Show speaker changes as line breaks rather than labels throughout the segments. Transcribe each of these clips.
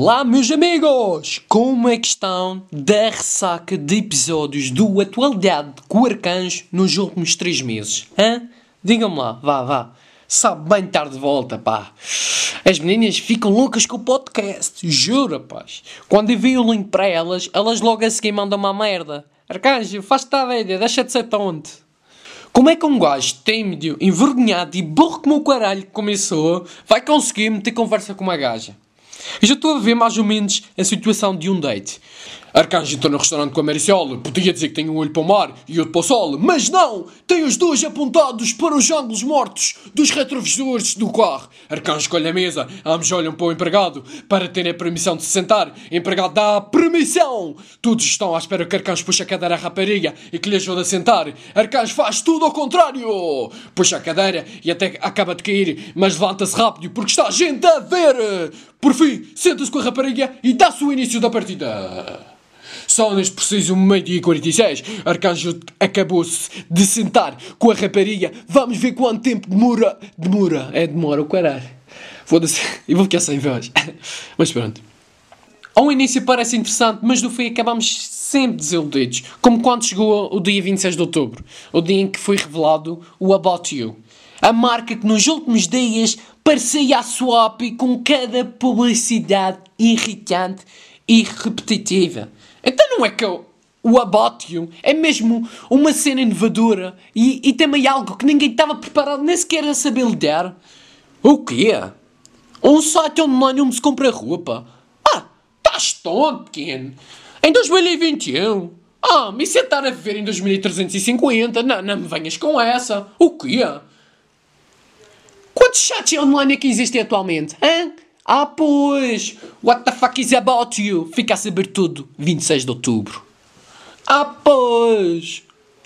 Olá, meus amigos! Como é que estão da ressaca de episódios do Atualidade com o Arcanjo nos últimos 3 meses? Hã? Digam-me lá, vá. Sabe bem estar de volta, pá. As meninas ficam loucas com o podcast, juro, rapaz. Quando envio o link para elas, elas logo a seguir mandam uma merda. Arcanjo, faz-te a velha, deixa de ser tonto. Como é que um gajo tímido, envergonhado e burro como o caralho que começou vai conseguir meter conversa com uma gaja? Eu já estou a ver mais ou menos a situação de um date. Arcanjo entrou no restaurante com a Maricela. Podia dizer que tem um olho para o mar e outro para o sol, mas não! Tem os dois apontados para os ângulos mortos dos retrovisores do carro. Arcanjo escolhe a mesa. Ambos olham para o empregado para ter a permissão de se sentar. O empregado dá a permissão. Todos estão à espera que Arcanjo puxe a cadeira à rapariga e que lhe ajude a sentar. Arcanjo faz tudo ao contrário. Puxa a cadeira e até acaba de cair, mas levanta-se rápido porque está gente a ver. Por fim, senta-se com a rapariga e dá-se o início da partida. Só neste preciso 1h46, Arcanjo acabou-se de sentar com a rapariga. Vamos ver quanto tempo demora. Demora o caralho. Foda-se, eu vou ficar sem voz. Mas pronto. Ao início parece interessante, mas no fim acabamos sempre desiludidos. Como quando chegou o dia 26 de outubro, o dia em que foi revelado o About You. A marca que nos últimos dias parecia a swap com cada publicidade irritante e repetitiva. Então não é que o About You é mesmo uma cena inovadora e também algo que ninguém estava preparado nem sequer a saber lidar? O quê? Um site online onde se compra roupa? Estás tonto, pequeno? Em 2021? Me sentar a viver em 2350? Não me venhas com essa. O quê? Quantos chats online é que existem atualmente? Pois! What the fuck is about you? Fica a saber tudo. 26 de outubro. Pois!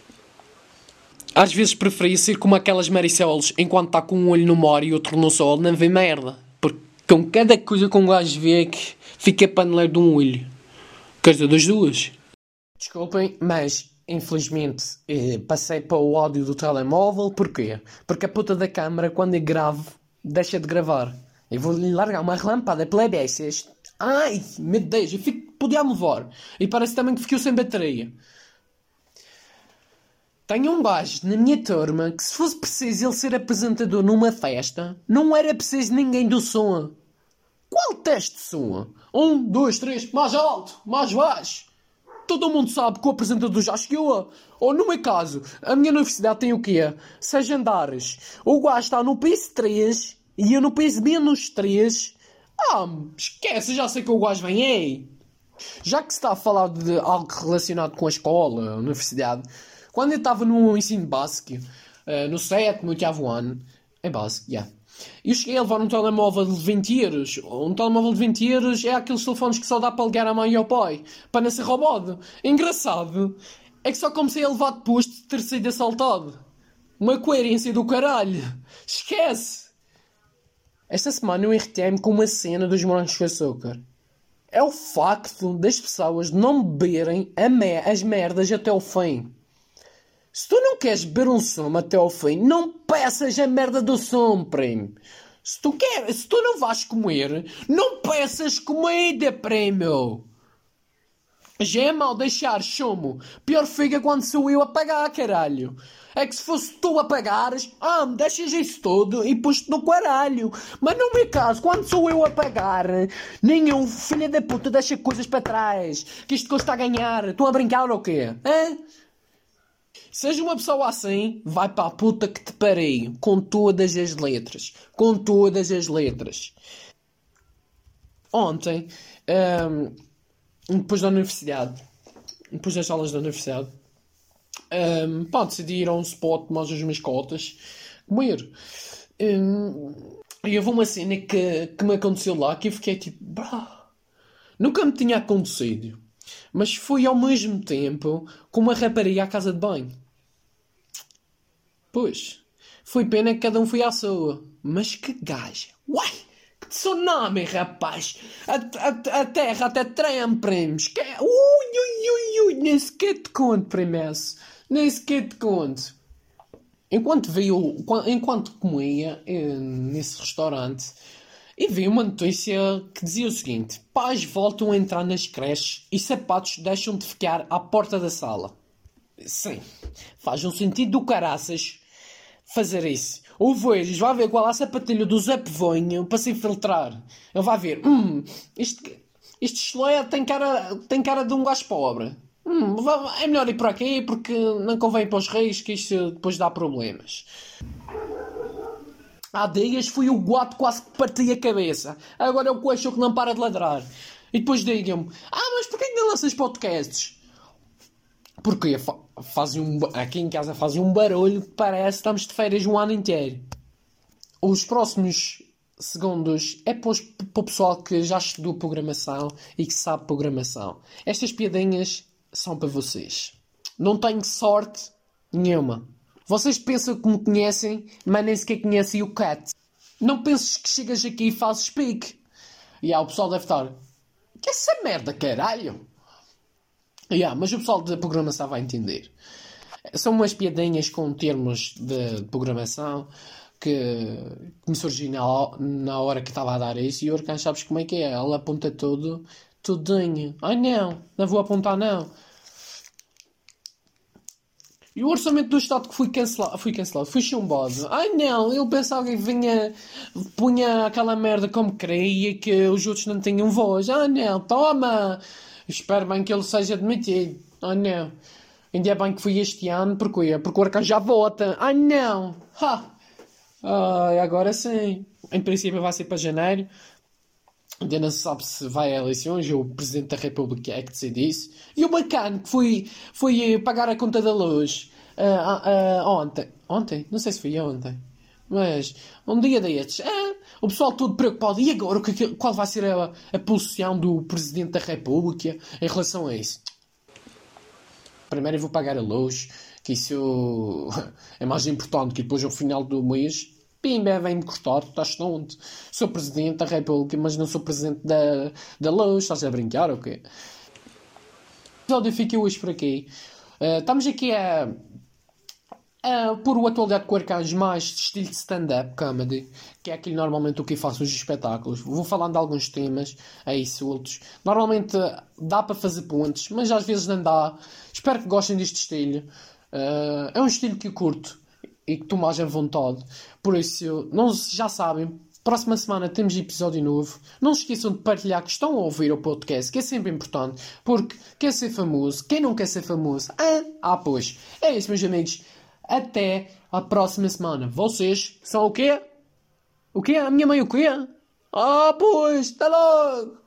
Às vezes preferia ser como aquelas Maricelas, enquanto está com um olho no mar e outro no sol, não vê merda. Porque com cada coisa que um gajo vê que fica paneleiro de um olho. Quer dizer, das duas. Desculpem, mas infelizmente passei para o áudio do telemóvel. Porquê? Porque a puta da câmara, quando eu gravo, deixa de gravar. Eu vou-lhe largar uma relâmpada pela beças. Ai, meu Deus, eu podia-me levar. E parece também que ficou sem bateria. Tenho um gajo na minha turma que, se fosse preciso ele ser apresentador numa festa, não era preciso ninguém do som. Qual teste de som? 1, 2, 3, mais alto, mais baixo. Todo mundo sabe que o apresentador já chegou. Ou no meu caso, a minha universidade tem o quê? 6 andares. O gajo está no piso 3 e eu no piso menos 3. Esquece, já sei que o gajo vem aí. Já que se está a falar de algo relacionado com a escola, a universidade, quando eu estava no ensino básico, no 7º, 8º ano, é básico, eu cheguei a levar um telemóvel de 20 euros. Um telemóvel de 20 euros é aqueles telefones que só dá para ligar à mãe e ao pai, para não ser roubado. Engraçado é que só comecei a levar depois de ter sido assaltado. Uma coerência do caralho. Esquece! Esta semana eu irritei-me com uma cena dos morangos com açúcar. É o facto das pessoas não beberem as merdas até ao fim. Se tu não queres beber um sumo até ao fim, não peças a merda do sumo, primo. Se tu não vais comer, não peças comida, primo. Já é mau deixar sumo. Pior fica quando sou eu a pagar, caralho. É que se fosse tu a pagares, me deixas isso tudo e pus-te no caralho. Mas no meu caso, quando sou eu a pagar, nenhum filho da puta deixa coisas para trás. Que isto custa a ganhar. Estão a brincar ou quê? Seja uma pessoa assim, vai para a puta que te parei. Com todas as letras. Com todas as letras. Ontem, depois da universidade, depois das aulas da universidade, decidi ir a um spot mais as minhas cotas comer. E houve uma cena que me aconteceu lá que eu fiquei tipo, nunca me tinha acontecido. Mas foi ao mesmo tempo com uma rapariga à casa de banho. Pois, foi pena que cada um foi à sua. Mas que gaja! Uai! Que tsunami, rapaz! A terra até treme, primos! Ui! Nem sequer te conto, primeiro. Nem sequer te conto. Enquanto comia nesse restaurante, E vi uma notícia que dizia o seguinte: pais voltam a entrar nas creches e sapatos deixam de ficar à porta da sala. Sim, faz um sentido do caraças fazer isso. O Voeiros vai ver qual é a sapatilha do Zé Pevonho para se infiltrar. Ele vai ver, este chulé tem cara de um gajo pobre. É melhor ir por aqui porque não convém para os reis que isto depois dá problemas. Há dias fui o guato quase que parti a cabeça. Agora é o coelho que não para de ladrar. E depois digam-me, mas porquê que não lanças podcasts? Porque aqui em casa fazem um barulho que parece que estamos de férias um ano inteiro. Os próximos segundos é para o pessoal que já estudou programação e que sabe programação. Estas piadinhas são para vocês. Não tenho sorte nenhuma. Vocês pensam que me conhecem, mas nem sequer conhecem o Cat. Não penses que chegas aqui e fazes speak. O pessoal deve estar... Que é essa merda, caralho? Mas o pessoal da programação vai entender. São umas piadinhas com termos de programação que me surgiram na hora que estava a dar isso. E o Arcanjo, sabes como é que é? Ela aponta tudo, tudinho. Não vou apontar não. E o orçamento do Estado que fui chumbado. Ele pensava que punha aquela merda como queria e que os outros não tinham voz. Toma! Espero bem que ele seja admitido. Ainda é bem que foi este ano, porque o Arcanjo já vota. Agora sim. Em princípio vai ser para janeiro. Ainda não se sabe se vai a eleições, o Presidente da República é que decide isso. E o bacana que fui pagar a conta da luz ontem. Ontem? Não sei se foi ontem. Mas um dia destes. O pessoal todo preocupado. E agora qual vai ser a posição do Presidente da República em relação a isso? Primeiro eu vou pagar a luz, que isso é mais importante, que depois ao final do mês... Pimba, vem-me cortar, estás tonto. Sou Presidente da República, mas não sou Presidente da Luz. Estás a brincar ou quê? O episódio fica hoje por aqui. Estamos aqui a pôr o Atualidade com o Arcanjo mais de estilo de stand-up comedy, que é aquilo normalmente o que eu faço nos espetáculos. Vou falando de alguns temas aí soltos. Normalmente dá para fazer pontes, mas às vezes não dá. Espero que gostem deste estilo. É um estilo que eu curto e que estou mais à vontade. Por isso, já sabem, próxima semana temos episódio novo. Não se esqueçam de partilhar que estão a ouvir o podcast, que é sempre importante, porque quer ser famoso, quem não quer ser famoso? Pois. É isso, meus amigos. Até a próxima semana. Vocês são o quê? O quê? A minha mãe o quê? Pois. Até logo.